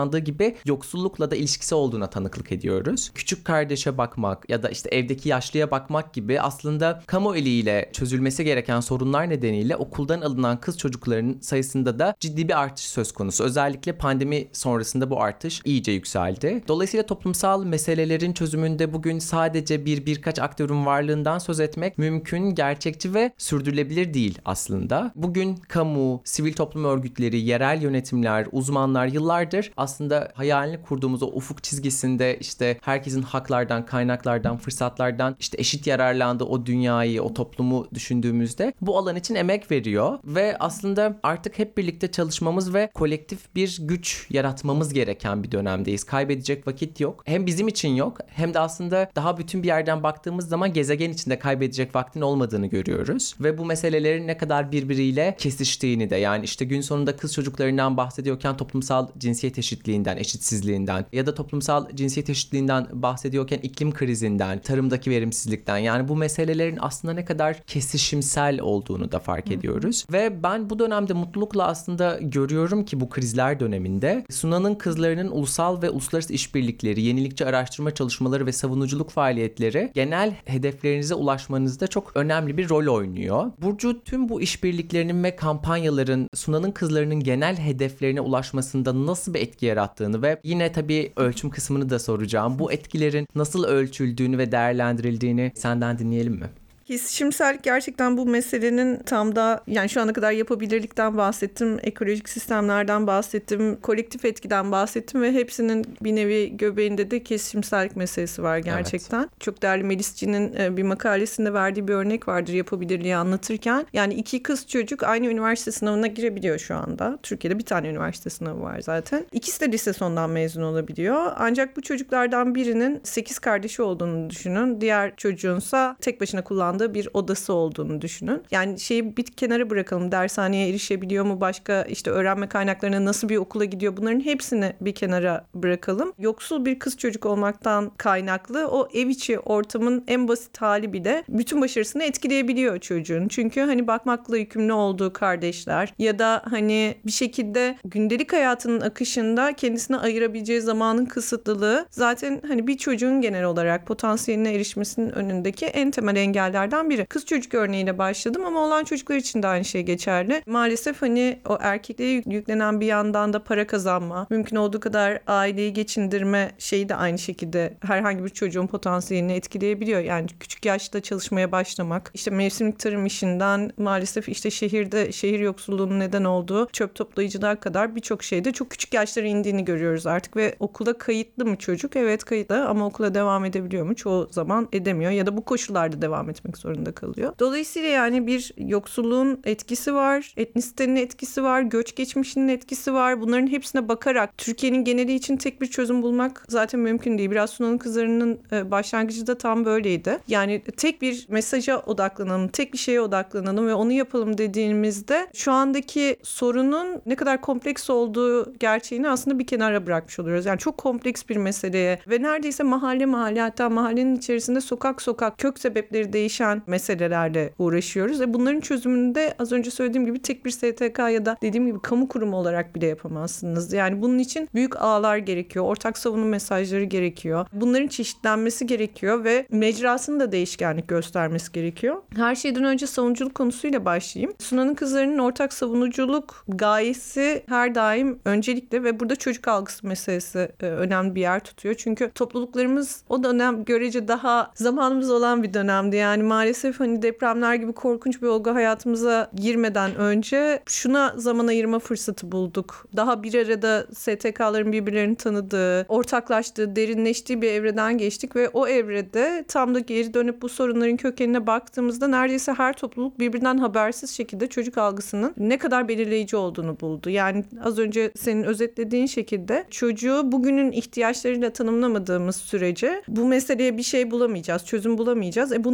tanımlandığı gibi yoksullukla da ilişkisi olduğuna tanıklık ediyoruz. Küçük kardeşe bakmak ya da işte evdeki yaşlıya bakmak gibi aslında kamu eliyle çözülmesi gereken sorunlar nedeniyle okuldan alınan kız çocuklarının sayısında da ciddi bir artış söz konusu. Özellikle pandemi sonrasında bu artış iyice yükseldi. Dolayısıyla toplumsal meselelerin çözümünde bugün sadece bir birkaç aktörün varlığından söz etmek mümkün, gerçekçi ve sürdürülebilir değil aslında. Bugün kamu, sivil toplum örgütleri, yerel yönetimler, uzmanlar yıllardır aslında hayalini kurduğumuz o ufuk çizgisinde işte herkesin haklardan, kaynaklardan, fırsatlardan işte eşit yararlandığı o dünyayı, o toplumu düşündüğümüzde bu alan için emek veriyor ve aslında artık hep birlikte çalışmamız ve kolektif bir güç yaratmamız gereken bir dönemdeyiz. Kaybedecek vakit yok. Hem bizim için yok hem de aslında daha bütün bir yerden baktığımız zaman gezegen içinde kaybedecek vaktin olmadığını görüyoruz. Ve bu meselelerin ne kadar birbiriyle kesiştiğini de, yani işte gün sonunda kız çocuklarından bahsediyorken toplumsal cinsiyet eşitliğinden, eşitsizliğinden ya da toplumsal cinsiyet eşitliğinden bahsediyorken iklim krizinden, tarımdaki verimsizlikten, yani bu meselelerin aslında ne kadar kesişimsel olduğunu da fark ediyoruz. Ve ben bu dönemde mutlulukla aslında görüyorum ki bu krizler döneminde Suna'nın kızlarının ulusal ve uluslararası işbirlikleri, yenilikçi araştırma çalışmaları ve savunuculuk faaliyetleri genel hedeflerinize ulaşmanızda çok önemli bir rol oynuyor. Burcu, tüm bu işbirliklerinin ve kampanyaların Suna'nın kızlarının genel hedeflerine ulaşmasında nasıl bir etki yarattığını ve yine tabii ölçüm kısmını da soracağım. Bu etkilerin nasıl ölçüldüğünü ve değerlendirildiğini senden dinleyelim mi? Kesişimsellik gerçekten bu meselenin tam da, yani şu ana kadar yapabilirlikten bahsettim, ekolojik sistemlerden bahsettim, kolektif etkiden bahsettim ve hepsinin bir nevi göbeğinde de kesişimsellik meselesi var gerçekten. Evet. Çok değerli Melisci'nin bir makalesinde verdiği bir örnek vardır yapabilirliği anlatırken. Yani iki kız çocuk aynı üniversite sınavına girebiliyor şu anda. Türkiye'de bir tane üniversite sınavı var zaten. İkisi de lise sonundan mezun olabiliyor. Ancak bu çocuklardan birinin sekiz kardeşi olduğunu düşünün. Diğer çocuğunsa tek başına kullandığı bir odası olduğunu düşünün. Yani şeyi bir kenara bırakalım. Dershaneye erişebiliyor mu? Başka işte öğrenme kaynaklarına nasıl bir okula gidiyor? Bunların hepsini bir kenara bırakalım. Yoksul bir kız çocuk olmaktan kaynaklı o ev içi ortamın en basit hali bile bütün başarısını etkileyebiliyor çocuğun. Çünkü hani bakmakla yükümlü olduğu kardeşler ya da hani bir şekilde gündelik hayatının akışında kendisine ayırabileceği zamanın kısıtlılığı zaten hani bir çocuğun genel olarak potansiyeline erişmesinin önündeki en temel engeller biri. Kız çocuk örneğiyle başladım ama olan çocuklar için de aynı şey geçerli. Maalesef hani o erkeklere yüklenen bir yandan da para kazanma, mümkün olduğu kadar aileyi geçindirme şeyi de aynı şekilde herhangi bir çocuğun potansiyelini etkileyebiliyor. Yani küçük yaşta çalışmaya başlamak, işte mevsimlik tarım işinden maalesef işte şehirde şehir yoksulluğunun neden olduğu çöp toplayıcılar kadar birçok şeyde çok küçük yaşlara indiğini görüyoruz artık ve okula kayıtlı mı çocuk? Evet kayıtlı ama okula devam edebiliyor mu? Çoğu zaman edemiyor ya da bu koşullarda devam etmek zorunda kalıyor. Dolayısıyla yani bir yoksulluğun etkisi var, etnisitenin etkisi var, göç geçmişinin etkisi var. Bunların hepsine bakarak Türkiye'nin geneli için tek bir çözüm bulmak zaten mümkün değil. Biraz Suna'nın kızlarının başlangıcı da tam böyleydi. Yani tek bir mesaja odaklanalım, tek bir şeye odaklanalım ve onu yapalım dediğimizde şu andaki sorunun ne kadar kompleks olduğu gerçeğini aslında bir kenara bırakmış oluyoruz. Yani çok kompleks bir meseleye ve neredeyse mahalle mahalle, hatta mahallenin içerisinde sokak sokak kök sebepleri değişen meselelerle uğraşıyoruz. E bunların çözümünde az önce söylediğim gibi tek bir S T K ya da dediğim gibi kamu kurumu olarak bile yapamazsınız. Yani bunun için büyük ağlar gerekiyor. Ortak savunma mesajları gerekiyor. Bunların çeşitlenmesi gerekiyor ve mecrasının da değişkenlik göstermesi gerekiyor. Her şeyden önce savunuculuk konusuyla başlayayım. Suna'nın kızlarının ortak savunuculuk gayesi her daim öncelikle ve burada çocuk algısı meselesi önemli bir yer tutuyor. Çünkü topluluklarımız o dönem görece daha zamanımız olan bir dönemdi. Yani maalesef hani depremler gibi korkunç bir olgu hayatımıza girmeden önce şuna zaman ayırma fırsatı bulduk. Daha bir arada S T K'ların birbirlerini tanıdığı, ortaklaştığı, derinleştiği bir evreden geçtik ve o evrede tam da geri dönüp bu sorunların kökenine baktığımızda neredeyse her topluluk birbirinden habersiz şekilde çocuk algısının ne kadar belirleyici olduğunu buldu. Yani az önce senin özetlediğin şekilde çocuğu bugünün ihtiyaçlarıyla tanımlamadığımız sürece bu meseleye bir şey bulamayacağız, çözüm bulamayacağız. E bunun şey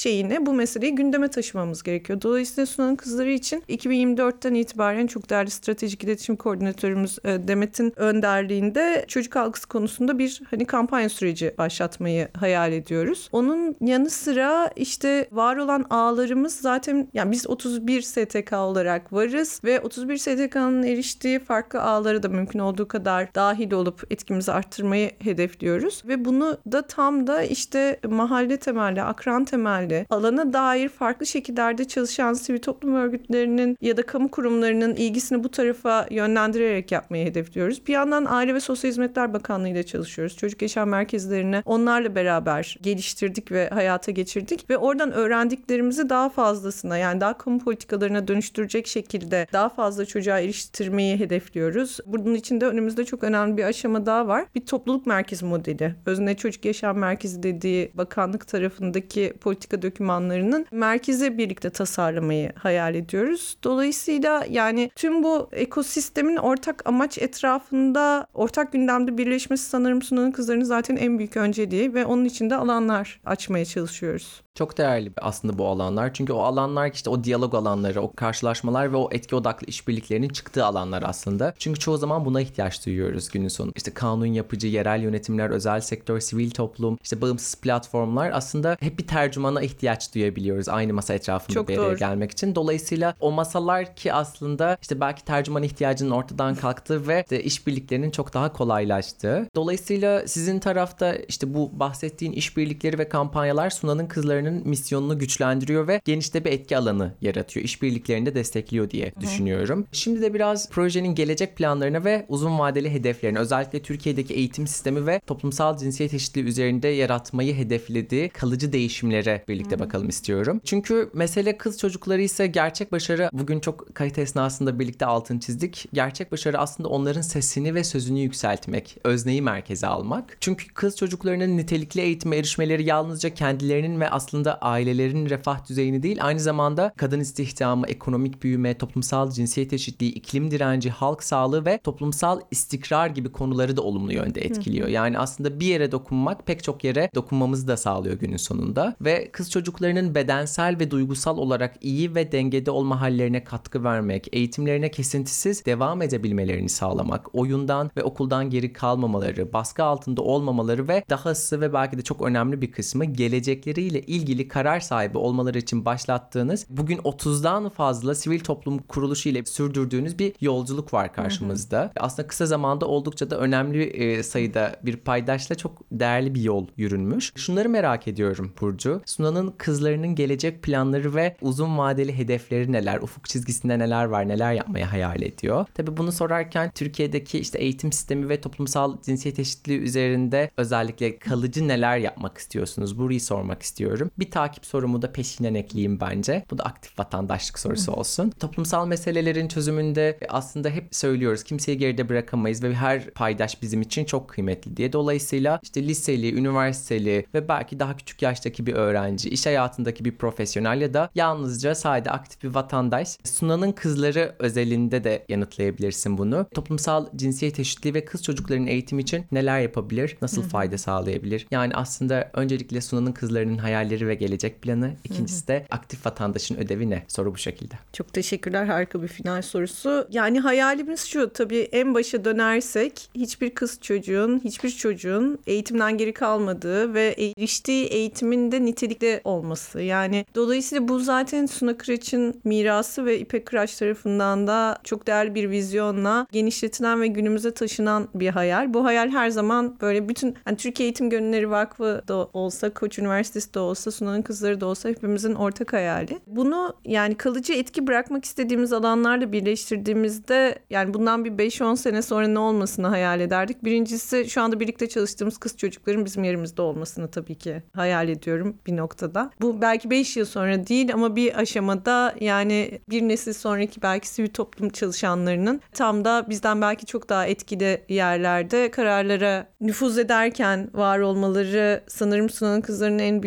şeyine bu meseleyi gündeme taşımamız gerekiyor. Dolayısıyla Suna'nın Kızları için iki bin yirmi dörtten itibaren çok değerli stratejik iletişim koordinatörümüz Demet'in önderliğinde çocuk algısı konusunda bir hani kampanya süreci başlatmayı hayal ediyoruz. Onun yanı sıra işte var olan ağlarımız zaten, yani biz otuz bir S T K olarak varız ve otuz bir S T K'nın eriştiği farklı ağlara da mümkün olduğu kadar dahil olup etkimizi arttırmayı hedefliyoruz ve bunu da tam da işte mahalle temelli, akran temelli, alana dair farklı şekillerde çalışan sivil toplum örgütlerinin ya da kamu kurumlarının ilgisini bu tarafa yönlendirerek yapmayı hedefliyoruz. Bir yandan Aile ve Sosyal Hizmetler Bakanlığı ile çalışıyoruz. Çocuk yaşam merkezlerini onlarla beraber geliştirdik ve hayata geçirdik ve oradan öğrendiklerimizi daha fazlasına, yani daha kamu politikalarına dönüştürecek şekilde daha fazla çocuğa eriştirmeyi hedefliyoruz. Bunun için de önümüzde çok önemli bir aşama daha var. Bir topluluk merkezi modeli. Özne Çocuk Yaşam Merkezi dediği bakanlık tarafındaki politika dokümanlarının merkezi birlikte tasarlamayı hayal ediyoruz. Dolayısıyla yani tüm bu ekosistemin ortak amaç etrafında, ortak gündemde birleşmesi sanırım Suna'nın Kızları'nın zaten en büyük önceliği ve onun için de alanlar açmaya çalışıyoruz. Çok değerli aslında bu alanlar. Çünkü o alanlar işte o diyalog alanları, o karşılaşmalar ve o etki odaklı işbirliklerinin çıktığı alanlar aslında. Çünkü çoğu zaman buna ihtiyaç duyuyoruz günün sonu. İşte kanun yapıcı, yerel yönetimler, özel sektör, sivil toplum, işte bağımsız platformlar aslında hep bir tercümana ihtiyaç duyabiliyoruz aynı masa etrafında Çok bir araya doğru. gelmek için. Dolayısıyla o masalar ki aslında işte belki tercüman ihtiyacının ortadan kalktığı ve işte işbirliklerinin çok daha kolaylaştığı. Dolayısıyla sizin tarafta işte bu bahsettiğin işbirlikleri ve kampanyalar Suna'nın Kızları'nın misyonunu güçlendiriyor ve genişte bir etki alanı yaratıyor. İşbirliklerini de destekliyor diye Hı. düşünüyorum. Şimdi de biraz projenin gelecek planlarına ve uzun vadeli hedeflerine, özellikle Türkiye'deki eğitim sistemi ve toplumsal cinsiyet eşitliği üzerinde yaratmayı hedeflediği kalıcı değişimlere birlikte Hı. bakalım istiyorum. Çünkü mesele kız çocukları ise gerçek başarı, bugün çok kayıt esnasında birlikte altını çizdik. Gerçek başarı aslında onların sesini ve sözünü yükseltmek, özneyi merkeze almak. Çünkü kız çocuklarının nitelikli eğitime erişmeleri yalnızca kendilerinin ve aslında ailelerin refah düzeyini değil, aynı zamanda kadın istihdamı, ekonomik büyüme, toplumsal cinsiyet eşitliği, iklim direnci, halk sağlığı ve toplumsal istikrar gibi konuları da olumlu yönde etkiliyor. Yani aslında bir yere dokunmak pek çok yere dokunmamızı da sağlıyor günün sonunda ve kız çocuklarının bedensel ve duygusal olarak iyi ve dengede olma hallerine katkı vermek, eğitimlerine kesintisiz devam edebilmelerini sağlamak, oyundan ve okuldan geri kalmamaları, baskı altında olmamaları ve dahası ve belki de çok önemli bir kısmı gelecekleriyle ilgili karar sahibi olmaları için başlattığınız, bugün otuzdan fazla sivil toplum kuruluşu ile sürdürdüğünüz bir yolculuk var karşımızda. Hı hı. Aslında kısa zamanda oldukça da önemli e, sayıda bir paydaşla çok değerli bir yol yürünmüş. Şunları merak ediyorum Burcu. Suna'nın Kızları'nın gelecek planları ve uzun vadeli hedefleri neler? Ufuk çizgisinde neler var? Neler yapmayı hayal ediyor? Tabii bunu sorarken Türkiye'deki işte eğitim sistemi ve toplumsal cinsiyet eşitliği üzerinde özellikle kalıcı neler yapmak istiyorsunuz? Burayı sormak istiyorum. Bir takip sorumu da peşinden ekleyeyim bence. Bu da aktif vatandaşlık sorusu olsun. Toplumsal meselelerin çözümünde aslında hep söylüyoruz, kimseyi geride bırakamayız ve her paydaş bizim için çok kıymetli diye. Dolayısıyla işte liseli, üniversiteli ve belki daha küçük yaştaki bir öğrenci, iş hayatındaki bir profesyonel ya da yalnızca sadece aktif bir vatandaş, Suna'nın Kızları özelinde de yanıtlayabilirsin bunu. Toplumsal cinsiyet eşitliği ve kız çocuklarının eğitimi için neler yapabilir? Nasıl Hı-hı. fayda sağlayabilir? Yani aslında öncelikle Suna'nın Kızları'nın hayalleri ve gelecek planı. İkincisi de aktif vatandaşın ödevi ne? Soru bu şekilde. Çok teşekkürler. Harika bir final sorusu. Yani hayalimiz şu, tabii en başa dönersek hiçbir kız çocuğun, hiçbir çocuğun eğitimden geri kalmadığı ve eriştiği eğitimin de nitelikli olması. Yani dolayısıyla bu zaten Suna Kıraç'ın mirası ve İpek Kıraç tarafından da çok değerli bir vizyonla genişletilen ve günümüze taşınan bir hayal. Bu hayal her zaman böyle bütün, yani Türkiye Eğitim Gönülleri Vakfı da olsa, Koç Üniversitesi de olsa, Suna'nın Kızları da olsa hepimizin ortak hayali. Bunu yani kalıcı etki bırakmak istediğimiz alanlarla birleştirdiğimizde, yani bundan bir beş on sene sonra ne olmasını hayal ederdik. Birincisi, şu anda birlikte çalıştığımız kız çocukların bizim yerimizde olmasını tabii ki hayal ediyorum bir noktada. Bu belki beş yıl sonra değil ama bir aşamada, yani bir nesil sonraki belki sivil toplum çalışanlarının tam da bizden belki çok daha etkili yerlerde kararlara nüfuz ederken var olmaları sanırım Suna'nın Kızları'nın en büyük ortak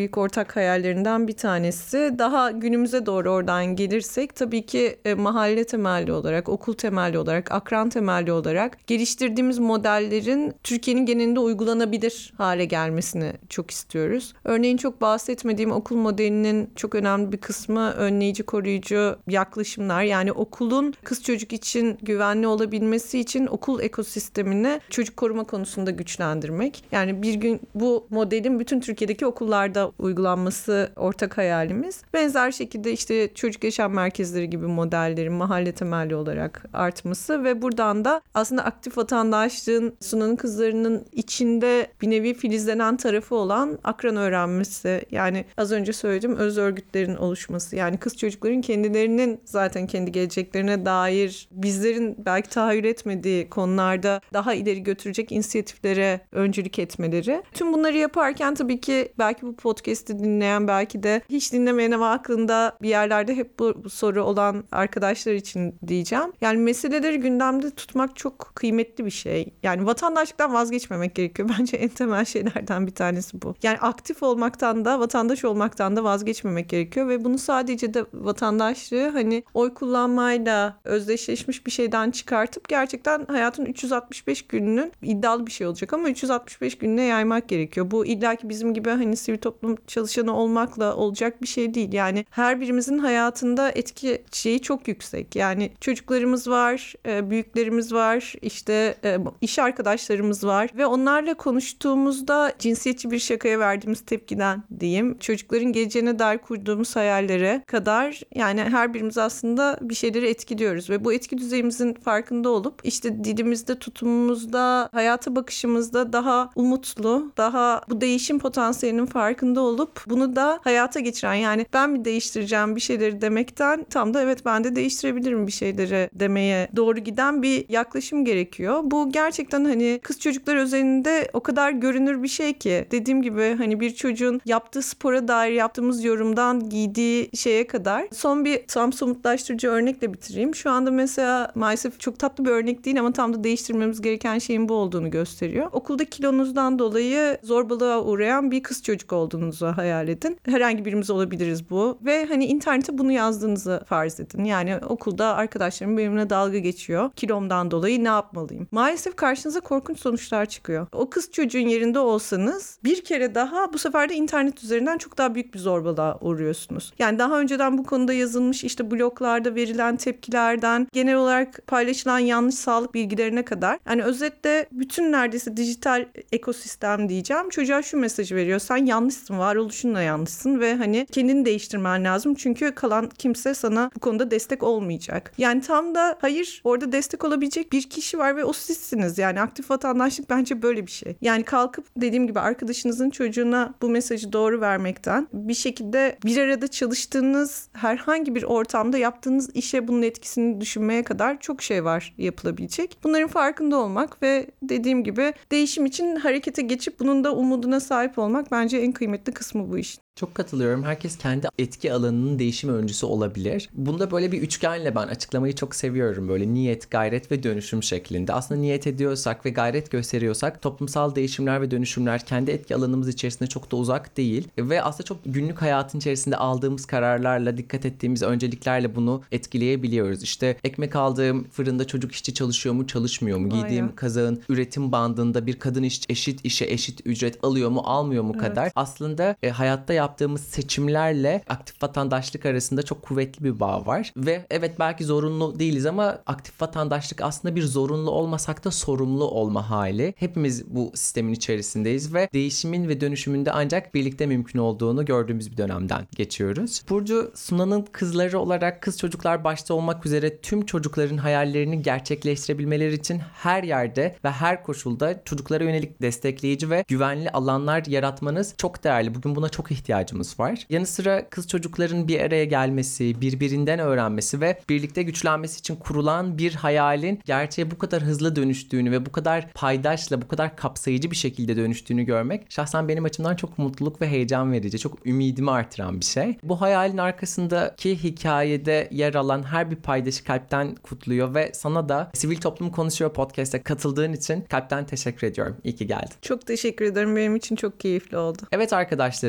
ortak hayallerinden bir tanesi. Daha günümüze doğru oradan gelirsek tabii ki e, mahalle temelli olarak, okul temelli olarak, akran temelli olarak geliştirdiğimiz modellerin Türkiye'nin genelinde uygulanabilir hale gelmesini çok istiyoruz. Örneğin çok bahsetmediğim okul modelinin çok önemli bir kısmı önleyici, koruyucu yaklaşımlar. Yani okulun kız çocuk için güvenli olabilmesi için okul ekosistemini çocuk koruma konusunda güçlendirmek. Yani bir gün bu modelin bütün Türkiye'deki okullarda uygulanması ortak hayalimiz. Benzer şekilde işte çocuk yaşam merkezleri gibi modellerin mahalle temelli olarak artması ve buradan da aslında aktif vatandaşlığın Sunan'ın kızlarının içinde bir nevi filizlenen tarafı olan akran öğrenmesi. Yani az önce söyledim, öz örgütlerin oluşması. Yani kız çocukların kendilerinin zaten kendi geleceklerine dair bizlerin belki tahayyül etmediği konularda daha ileri götürecek inisiyatiflere öncülük etmeleri. Tüm bunları yaparken tabii ki belki bu podcast'i dinleyen, belki de hiç dinlemeyen ama aklında bir yerlerde hep bu, bu soru olan arkadaşlar için diyeceğim. Yani meseleleri gündemde tutmak çok kıymetli bir şey. Yani vatandaşlıktan vazgeçmemek gerekiyor. Bence en temel şeylerden bir tanesi bu. Yani aktif olmaktan da, vatandaş olmaktan da vazgeçmemek gerekiyor ve bunu sadece de vatandaşlığı hani oy kullanmayla özdeşleşmiş bir şeyden çıkartıp gerçekten hayatın üç yüz altmış beş gününün iddialı bir şey olacak ama üç yüz altmış beş gününe yaymak gerekiyor. Bu illaki bizim gibi hani sivil toplum çalışanı olmakla olacak bir şey değil. Yani her birimizin hayatında etki şeyi çok yüksek. Yani çocuklarımız var, büyüklerimiz var, işte iş arkadaşlarımız var ve onlarla konuştuğumuzda cinsiyetçi bir şakaya verdiğimiz tepkiden diyeyim, çocukların geleceğine dair kurduğumuz hayallere kadar yani her birimiz aslında bir şeyleri etkiliyoruz ve bu etki düzeyimizin farkında olup işte dilimizde, tutumumuzda, hayata bakışımızda daha umutlu, daha bu değişim potansiyelinin farkında olup bunu da hayata geçiren, yani ben mi değiştireceğim bir şeyleri demekten tam da evet ben de değiştirebilirim bir şeyleri demeye doğru giden bir yaklaşım gerekiyor. Bu gerçekten hani kız çocuklar özelinde o kadar görünür bir şey ki dediğim gibi hani bir çocuğun yaptığı spora dair yaptığımız yorumdan giydiği şeye kadar. Son bir tam somutlaştırıcı örnekle bitireyim. Şu anda mesela maalesef çok tatlı bir örnek değil ama tam da değiştirmemiz gereken şeyin bu olduğunu gösteriyor. Okulda kilonuzdan dolayı zorbalığa uğrayan bir kız çocuk olduğunuzu hayal edin. Herhangi birimiz olabiliriz bu. Ve hani internete bunu yazdığınızı farz edin. Yani okulda arkadaşlarım benimle dalga geçiyor. Kilomdan dolayı ne yapmalıyım? Maalesef karşınıza korkunç sonuçlar çıkıyor. O kız çocuğun yerinde olsanız bir kere daha bu sefer de internet üzerinden çok daha büyük bir zorbalığa uğruyorsunuz. Yani daha önceden bu konuda yazılmış işte bloglarda verilen tepkilerden genel olarak paylaşılan yanlış sağlık bilgilerine kadar. Yani özetle bütün neredeyse dijital ekosistem diyeceğim. Çocuğa şu mesajı veriyor. Sen yanlışsın, varoluşunla yanlışsın ve hani kendini değiştirmen lazım. Çünkü kalan kimse sana bu konuda destek olmayacak. Yani tam da hayır, orada destek olabilecek bir kişi var ve o sizsiniz. Yani aktif vatandaşlık bence böyle bir şey. Yani kalkıp dediğim gibi arkadaşınızın çocuğuna bu mesajı doğru vermekten, bir şekilde bir arada çalıştığınız herhangi bir ortamda yaptığınız işe bunun etkisini düşünmeye kadar çok şey var yapılabilecek. Bunların farkında olmak ve dediğim gibi değişim için harekete geçip bunun da umuduna sahip olmak bence en kıymetli kısmı bu işin. Çok katılıyorum. Herkes kendi etki alanının değişim öncüsü olabilir. Bunda böyle bir üçgenle ben açıklamayı çok seviyorum. Böyle niyet, gayret ve dönüşüm şeklinde. Aslında niyet ediyorsak ve gayret gösteriyorsak toplumsal değişimler ve dönüşümler kendi etki alanımız içerisinde çok da uzak değil. Ve aslında çok günlük hayatın içerisinde aldığımız kararlarla, dikkat ettiğimiz önceliklerle bunu etkileyebiliyoruz. İşte ekmek aldığım fırında çocuk işçi çalışıyor mu, çalışmıyor mu? Giydiğim Aynen. kazağın üretim bandında bir kadın işçi eşit işe eşit ücret alıyor mu, almıyor mu kadar. Evet. Aslında e, hayatta yaptığımız seçimlerle aktif vatandaşlık arasında çok kuvvetli bir bağ var. Ve evet belki zorunlu değiliz ama aktif vatandaşlık aslında bir zorunlu olmasak da sorumlu olma hali. Hepimiz bu sistemin içerisindeyiz ve değişimin ve dönüşümün de ancak birlikte mümkün olduğunu gördüğümüz bir dönemden geçiyoruz. Burcu, Sunan'ın kızları olarak kız çocuklar başta olmak üzere tüm çocukların hayallerini gerçekleştirebilmeleri için her yerde ve her koşulda çocuklara yönelik destekleyici ve güvenli alanlar yaratmanız çok değerli. Bugün buna çok ihtiyacımız var. Yanı sıra kız çocukların bir araya gelmesi, birbirinden öğrenmesi ve birlikte güçlenmesi için kurulan bir hayalin gerçeğe bu kadar hızlı dönüştüğünü ve bu kadar paydaşla, bu kadar kapsayıcı bir şekilde dönüştüğünü görmek şahsen benim açımdan çok mutluluk ve heyecan verici, çok ümidimi artıran bir şey. Bu hayalin arkasındaki hikayede yer alan her bir paydaşı kalpten kutluyor ve sana da Sivil Toplum Konuşuyor podcast'e katıldığın için kalpten teşekkür ediyorum. İyi ki geldin. Çok teşekkür ederim. Benim için çok keyifli oldu. Evet arkadaşlarım, biz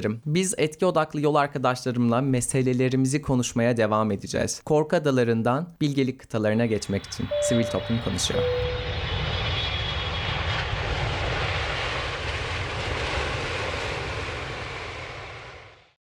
biz etki odaklı yol arkadaşlarımla meselelerimizi konuşmaya devam edeceğiz. Korku adalarından bilgelik kıtalarına geçmek için Sivil Toplum Konuşuyor.